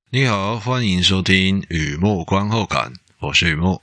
你好，欢迎收听雨幕观后感，我是雨幕。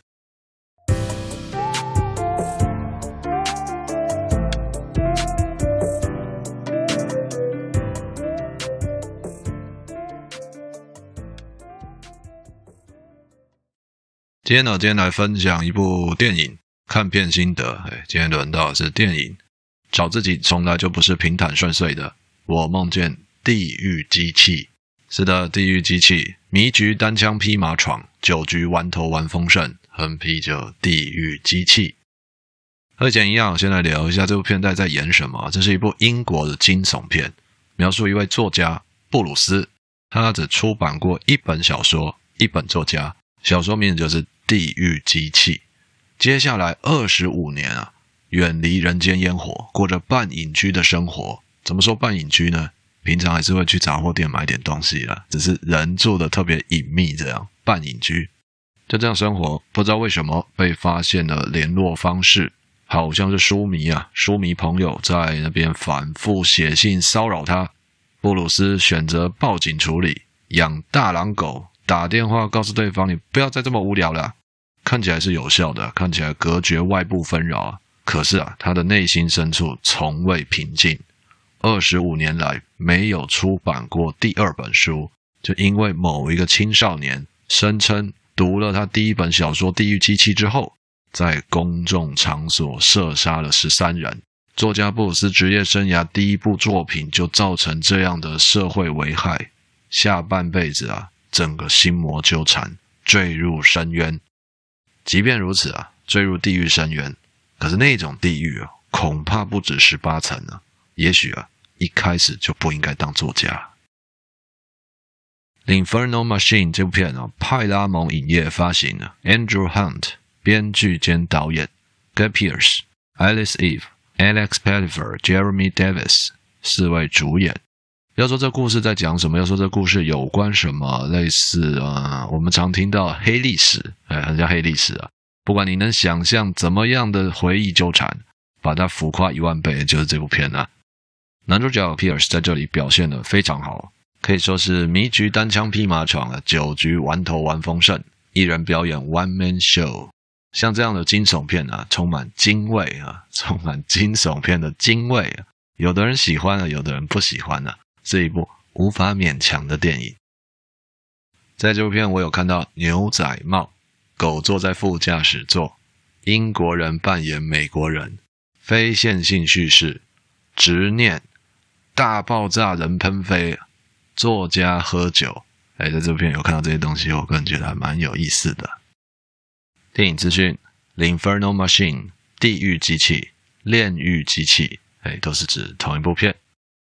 今天来分享一部电影看片心得。今天轮到的是电影，找自己从来就不是平坦顺遂的。我梦见地狱机器。是的，地狱机器，迷局单枪匹马闯，酒局玩头玩丰盛，横啤酒地狱机器。和以前一样，先来聊一下这部片在演什么。这是一部英国的惊悚片，描述一位作家布鲁斯，他只出版过一本小说，一本作家，小说名字就是地狱机器。接下来25年啊，远离人间烟火，过着半隐居的生活。怎么说半隐居呢？平常还是会去杂货店买点东西啦，只是人住的特别隐秘，这样半隐居。就这样生活，不知道为什么被发现了联络方式，好像是书迷朋友在那边反复写信骚扰他。布鲁斯选择报警处理，养大狼狗，打电话告诉对方你不要再这么无聊了。看起来是有效的，看起来隔绝外部纷扰啊。可是他的内心深处从未平静。25年来没有出版过第二本书，就因为某一个青少年声称读了他第一本小说《地狱机器》之后，在公众场所射杀了13人。作家布鲁斯职业生涯第一部作品就造成这样的社会危害，下半辈子整个心魔纠缠，坠入深渊。即便如此坠入地狱深渊，可是那种地狱恐怕不止18层也许一开始就不应该当作家。Infernal Machine 这部片派拉蒙影业发行，Andrew Hunt 编剧兼导演， Guy Pearce、Alice Eve、Alex Pettyfer、Jeremy Davis 4位主演。要说这故事在讲什么，要说这故事有关什么，类似我们常听到黑历史，很像黑历史不管你能想象怎么样的回忆纠缠，把它浮夸10000倍，就是这部片男主角 Pierce 在这里表现得非常好，可以说是迷局单枪匹马闯，酒局玩头玩丰盛，一人表演 One Man Show。 像这样的惊悚片充满惊味充满惊悚片的惊味有的人喜欢有的人不喜欢是一部无法勉强的电影。在这部片我有看到牛仔帽，狗坐在副驾驶座，英国人扮演美国人，非线性叙事，执念，大爆炸人喷飞，作家喝酒。在这部片有看到这些东西，我个人觉得还蛮有意思的。电影资讯 The Infernal Machine 地狱机器、炼狱机器都是指同一部片。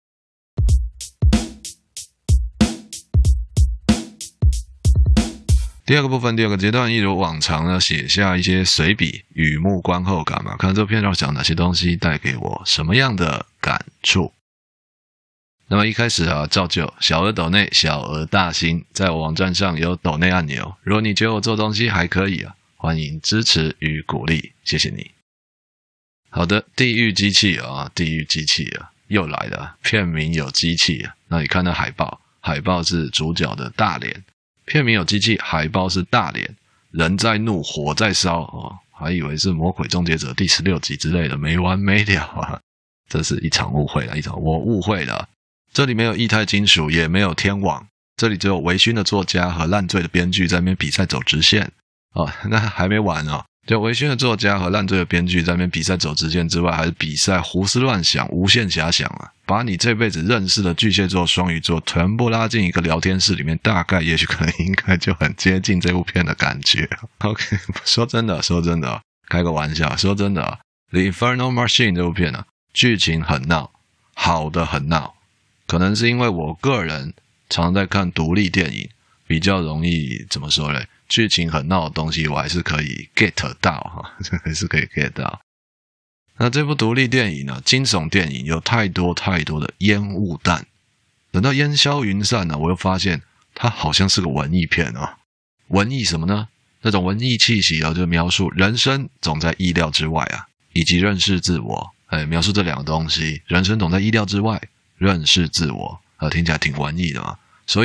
第二个部分，第二个阶段，一如往常写下一些随笔，雨幕观后感嘛，看这片要讲哪些东西带给我什么样的感触。那么一开始照旧，小额抖内，小额大新，在我网站上有抖内按钮，如果你觉得我做东西还可以欢迎支持与鼓励，谢谢你。好的，地狱机器地狱机器又来了，片名有机器那你看那海报，海报是主角的大脸，片名有机器，海报是大脸，人在怒，火在烧还以为是魔鬼终结者第16集之类的，没完没了这是一场误会了，我误会了。这里没有液态金属，也没有天网，这里只有微醺的作家和烂醉的编剧在那边比赛走直线那还没完就微醺的作家和烂醉的编剧在那边比赛走直线之外，还是比赛胡思乱想、无限遐想把你这辈子认识的巨蟹座、双鱼座全部拉进一个聊天室里面，大概也许可能应该就很接近这部片的感觉。OK， 说真的，开个玩笑，说真的The Infernal Machine 这部片剧情很闹，好的很闹，可能是因为我个人常在看独立电影，比较容易怎么说呢？剧情很闹的东西我还是可以 get 到还是可以 get 到。那这部独立电影惊悚电影有太多的烟雾弹，等到烟消云散我又发现它好像是个文艺片文艺什么呢？那种文艺气息就描述人生总在意料之外以及认识自我描述这两个东西，人生总在意料之外，认识自我听起来挺文艺的嘛。所以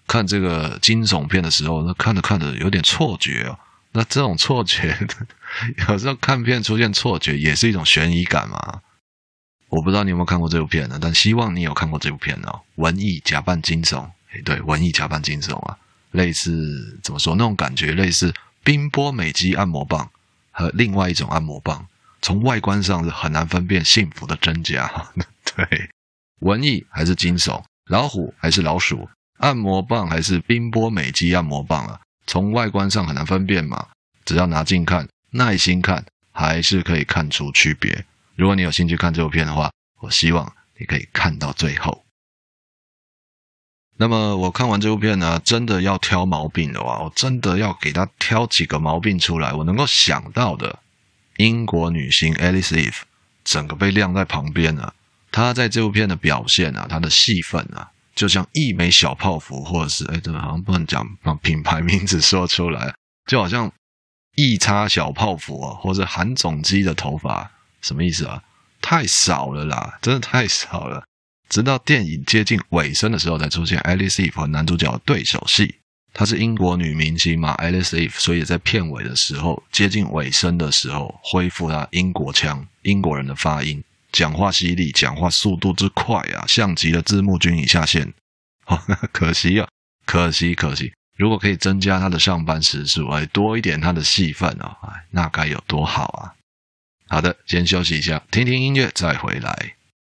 看这个惊悚片的时候，那看着有点错觉哦。那这种错觉，有时候看片出现错觉也是一种悬疑感嘛。我不知道你有没有看过这部片呢，但希望你有看过这部片哦。文艺假扮惊悚，对，文艺假扮惊悚啊，类似怎么说那种感觉，类似冰波美肌按摩棒和另外一种按摩棒，从外观上是很难分辨幸福的真假。对，文艺还是惊悚，老虎还是老鼠，按摩棒还是冰波美肌按摩棒啊？从外观上很难分辨嘛，只要拿近看，耐心看，还是可以看出区别。如果你有兴趣看这部片的话，我希望你可以看到最后。那么我看完这部片呢，真的要挑毛病的话，我真的要给他挑几个毛病出来，我能够想到的。英国女星 Alice Eve 整个被晾在旁边了，她在这部片的表现啊，她的戏份啊，就像一枚小泡芙，或者是这个好像不能讲把品牌名字说出来，就好像一叉小泡芙啊，或者韩总机的头发，什么意思啊？太少了啦，真的太少了。直到电影接近尾声的时候，才出现 Alice Eve 和男主角的对手戏。她是英国女明星嘛 ，Alice Eve， 所以在片尾的时候，接近尾声的时候，恢复她英国腔，英国人的发音。讲话犀利，讲话速度之快啊，像极了字幕君已下线。可惜啊，可惜。如果可以增加他的上班时数，多一点他的戏份啊，那该有多好啊！好的，先休息一下，听听音乐再回来。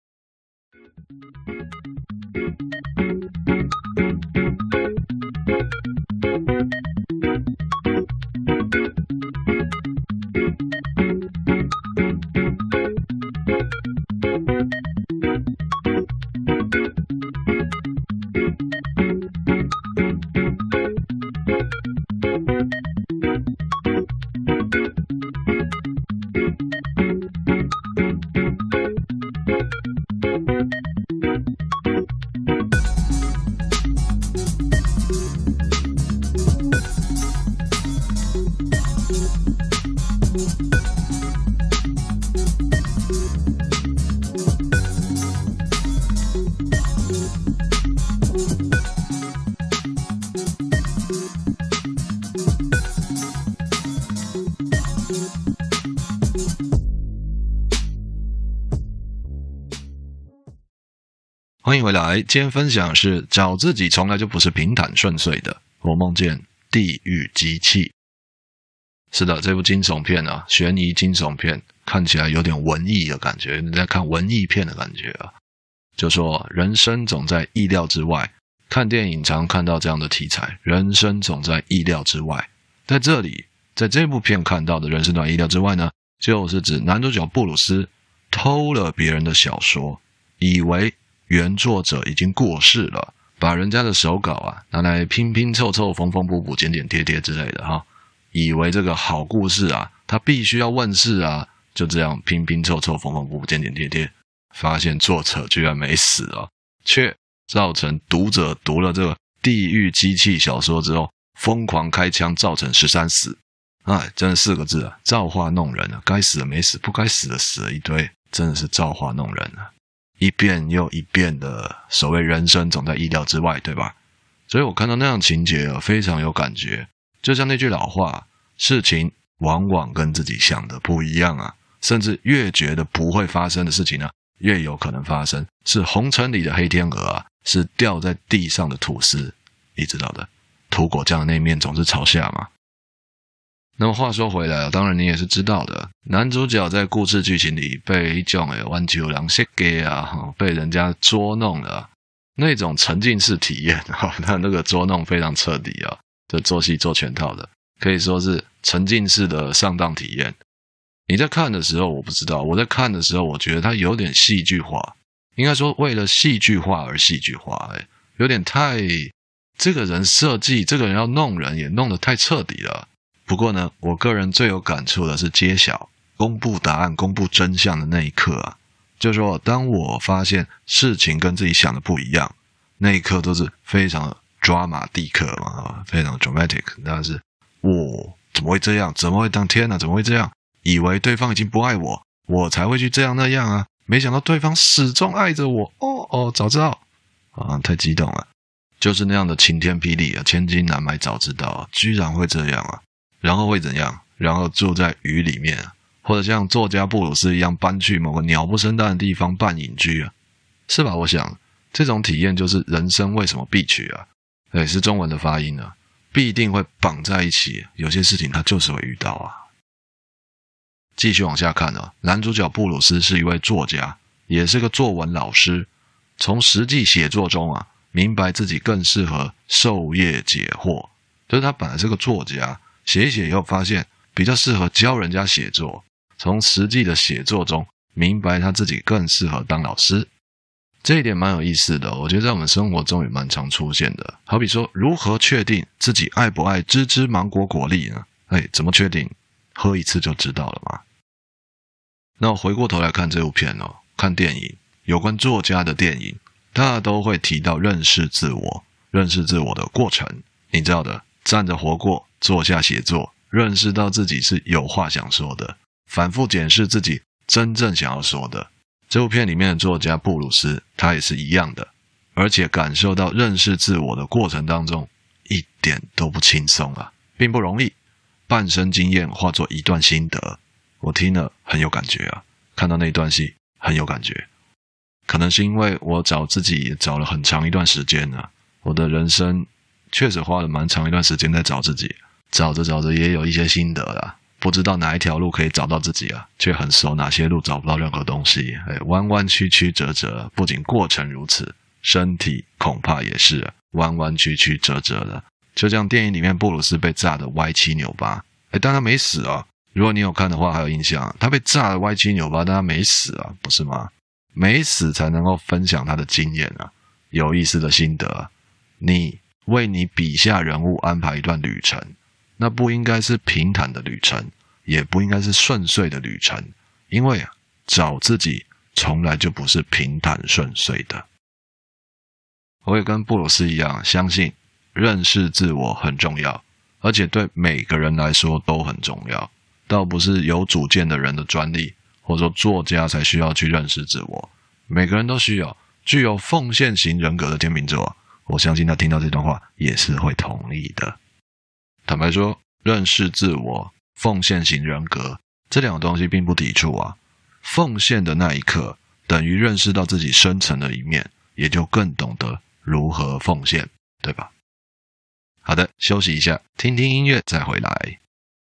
欢迎回来，今天分享是找自己从来就不是平坦顺遂的，我梦见地狱机器。是的，这部惊悚片啊，悬疑惊悚片，看起来有点文艺的感觉，你在看文艺片的感觉啊。就说人生总在意料之外，看电影常看到这样的题材，人生总在意料之外。在这里，在这部片看到的人生在意料之外呢，就是指男主角布鲁斯偷了别人的小说，以为原作者已经过世了，把人家的手稿啊拿来拼拼凑凑、缝缝补补、剪剪贴贴之类的哈，以为这个好故事啊，它必须要问世啊，就这样拼拼凑凑、缝缝补补、剪剪贴贴，发现作者居然没死啊，却造成读者读了这个地狱机器小说之后，疯狂开枪，造成13死。真的4个字啊，造化弄人啊，该死的没死，不该死的死了一堆，真的是造化弄人啊。一遍又一遍的所谓人生总在意料之外，对吧？所以我看到那样情节非常有感觉，就像那句老话，事情往往跟自己想的不一样啊，甚至越觉得不会发生的事情呢，越有可能发生，是红尘里的黑天鹅啊，是掉在地上的吐司，你知道的，涂果酱的那面总是朝下嘛。那么话说回来当然你也是知道的，男主角在故事剧情里被一种弯球狼设计啊，被人家捉弄了，那种沉浸式体验他那个捉弄非常彻底啊，这做戏做全套的，可以说是沉浸式的上当体验。你在看的时候我不知道，我在看的时候我觉得它有点戏剧化，应该说为了戏剧化而戏剧化，有点太，这个人设计，这个人要弄人也弄得太彻底了。不过呢，我个人最有感触的是揭晓、公布答案、公布真相的那一刻啊，就是说当我发现事情跟自己想的不一样，那一刻都是非常的抓马蒂克嘛，非常 dramatic， 但是怎么会这样？怎么会当天啊？怎么会这样？以为对方已经不爱我，我才会去这样那样啊，没想到对方始终爱着我，早知道太激动了。 就是那样的晴天霹雳啊，千金难买早知道啊，居然会这样啊！然后会怎样？然后住在雨里面啊，或者像作家布鲁斯一样搬去某个鸟不生蛋的地方办隐居啊，是吧？我想这种体验就是人生为什么必取啊，是中文的发音啊，必定会绑在一起，有些事情他就是会遇到啊。继续往下看啊，男主角布鲁斯是一位作家，也是个作文老师，从实际写作中啊，明白自己更适合授业解惑，就是他本来是个作家，写一写以后发现比较适合教人家写作，从实际的写作中明白他自己更适合当老师。这一点蛮有意思的，我觉得在我们生活中也蛮常出现的。好比说，如何确定自己爱不爱芝芝芒果果粒呢？怎么确定？喝一次就知道了嘛。那我回过头来看这部片看电影，有关作家的电影，大家都会提到认识自我的过程，你知道的，站着活过，坐下写作，认识到自己是有话想说的，反复检视自己真正想要说的。这部片里面的作家布鲁斯，他也是一样的，而且感受到认识自我的过程当中，一点都不轻松啊，并不容易。半生经验化作一段心得，我听了很有感觉啊，看到那段戏很有感觉。可能是因为我找自己也找了很长一段时间啊，我的人生确实花了蛮长一段时间在找自己，找着也有一些心得啦。不知道哪一条路可以找到自己啊，却很熟哪些路找不到任何东西，弯弯曲曲折折，不仅过程如此，身体恐怕也是弯弯曲曲折折的。就像电影里面布鲁斯被炸得歪七扭八，但他没死啊。如果你有看的话还有印象，他被炸得歪七扭八，但他没死啊，不是吗？没死才能够分享他的经验啊，有意思的心得啊。你为你笔下人物安排一段旅程，那不应该是平坦的旅程，也不应该是顺遂的旅程，因为找自己从来就不是平坦顺遂的。我也跟布鲁斯一样，相信认识自我很重要，而且对每个人来说都很重要，倒不是有主见的人的专利，或者说作家才需要去认识自我，每个人都需要。具有奉献型人格的天秤座，我相信他听到这段话也是会同意的。坦白说，认识自我、奉献型人格这两个东西并不抵触啊。奉献的那一刻，等于认识到自己深层的一面，也就更懂得如何奉献，对吧？好的，休息一下，听听音乐再回来。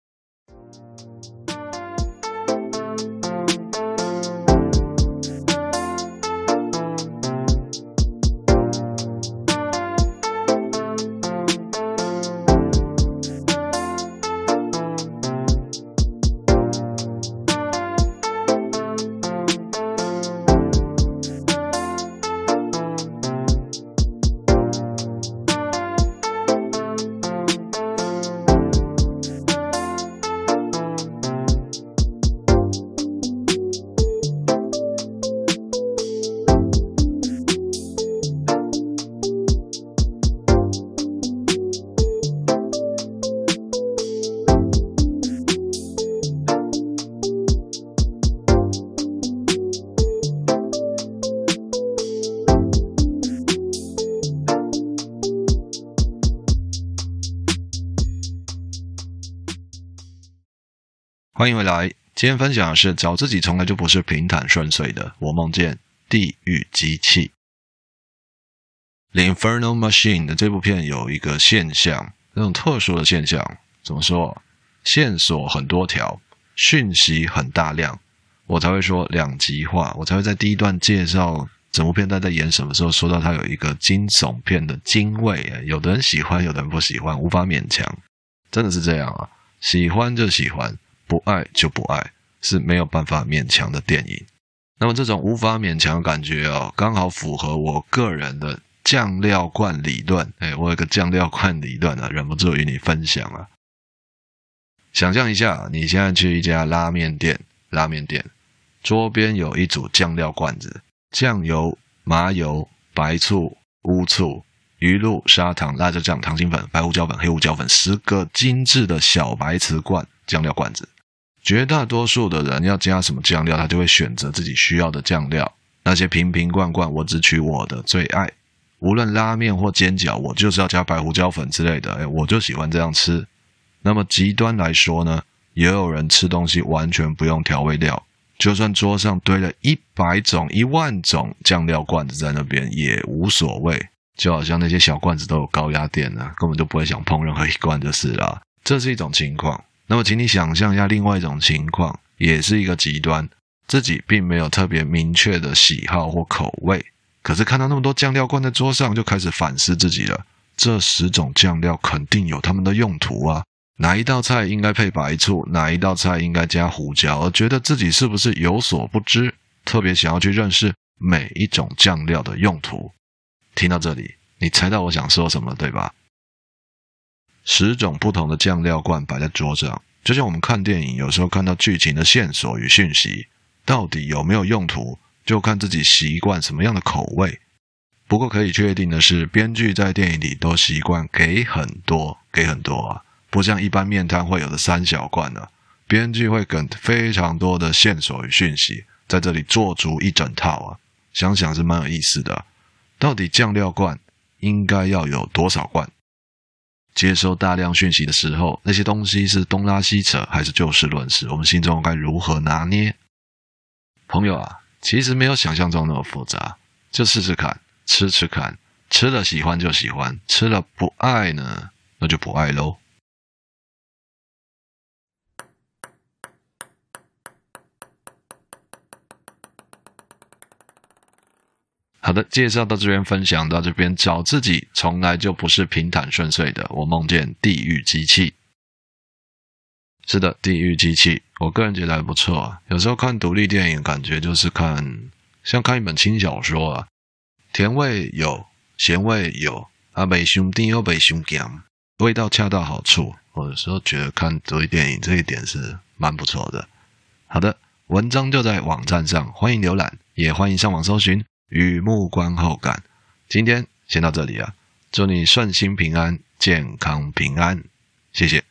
欢迎回来，今天分享的是找自己从来就不是平坦顺遂的，我梦见地狱机器。The Infernal Machine 的这部片有一个现象，那种特殊的现象，怎么说？线索很多条，讯息很大量，我才会说两极化，我才会在第一段介绍整部片在演什么时候说到它有一个惊悚片的精味，有的人喜欢，有的人不喜欢，无法勉强，真的是这样啊，喜欢就喜欢，不爱就不爱，是没有办法勉强的电影。那么这种无法勉强的感觉刚好符合我个人的酱料罐理论。我有个酱料罐理论忍不住与你分享啊。想象一下，你现在去一家拉面店，桌边有一组酱料罐子，酱油、麻油、白醋、乌醋、鱼露、砂糖、辣椒酱、糖精粉、白胡椒粉、黑胡椒粉，10个精致的小白瓷罐酱料罐子。绝大多数的人要加什么酱料，他就会选择自己需要的酱料。那些瓶瓶罐罐，我只取我的最爱。 无论拉面或煎饺，我就是要加白胡椒粉之类的，我就喜欢这样吃。那么极端来说呢，也有人吃东西完全不用调味料，就算桌上堆了100种、10000种酱料罐子在那边也无所谓，就好像那些小罐子都有高压电啊，根本就不会想碰任何一罐就是啦。这是一种情况。那么请你想象一下另外一种情况，也是一个极端，自己并没有特别明确的喜好或口味，可是看到那么多酱料罐在桌上，就开始反思自己了。这10种酱料肯定有它们的用途啊，哪一道菜应该配白醋，哪一道菜应该加胡椒，而觉得自己是不是有所不知，特别想要去认识每一种酱料的用途。听到这里，你猜到我想说什么对吧？10种不同的酱料罐摆在桌上，就像我们看电影，有时候看到剧情的线索与讯息，到底有没有用途，就看自己习惯什么样的口味。不过可以确定的是，编剧在电影里都习惯给很多啊，不像一般面摊会有的3小罐啊，编剧会给非常多的线索与讯息，在这里做足一整套啊，想想是蛮有意思的。到底酱料罐应该要有多少罐？接收大量讯息的时候，那些东西是东拉西扯还是就事论事，我们心中该如何拿捏？朋友啊，其实没有想象中那么复杂，就试试看，吃吃看，吃了喜欢就喜欢，吃了不爱呢，那就不爱咯。好的，介绍到这边，分享到这边，找自己从来就不是平坦顺遂的。我梦见地狱机器。是的，地狱机器，我个人觉得还不错啊。有时候看独立电影，感觉就是像看一本轻小说啊，甜味有，咸味有，啊，不伤甜又不伤咸，味道恰到好处。我有时候觉得看独立电影这一点是蛮不错的。好的，文章就在网站上，欢迎浏览，也欢迎上网搜寻雨幕观后感。今天先到这里啊，祝你顺心平安，健康平安，谢谢。